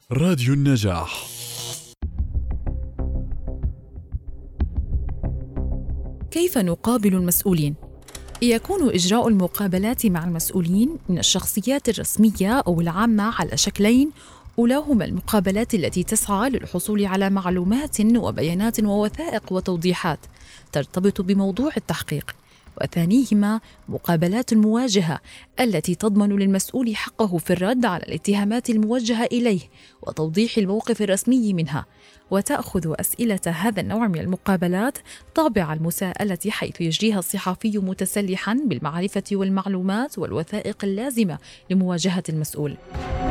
راديو النجاح. كيف نقابل المسؤولين؟ يكون إجراء المقابلات مع المسؤولين من الشخصيات الرسمية أو العامة على شكلين، أولاهما المقابلات التي تسعى للحصول على معلومات وبيانات ووثائق وتوضيحات ترتبط بموضوع التحقيق، وثانيهما مقابلات المواجهة التي تضمن للمسؤول حقه في الرد على الاتهامات الموجهة إليه وتوضيح الموقف الرسمي منها. وتأخذ أسئلة هذا النوع من المقابلات طابع المساءلة، حيث يجريها الصحفي متسلحاً بالمعرفة والمعلومات والوثائق اللازمة لمواجهة المسؤول.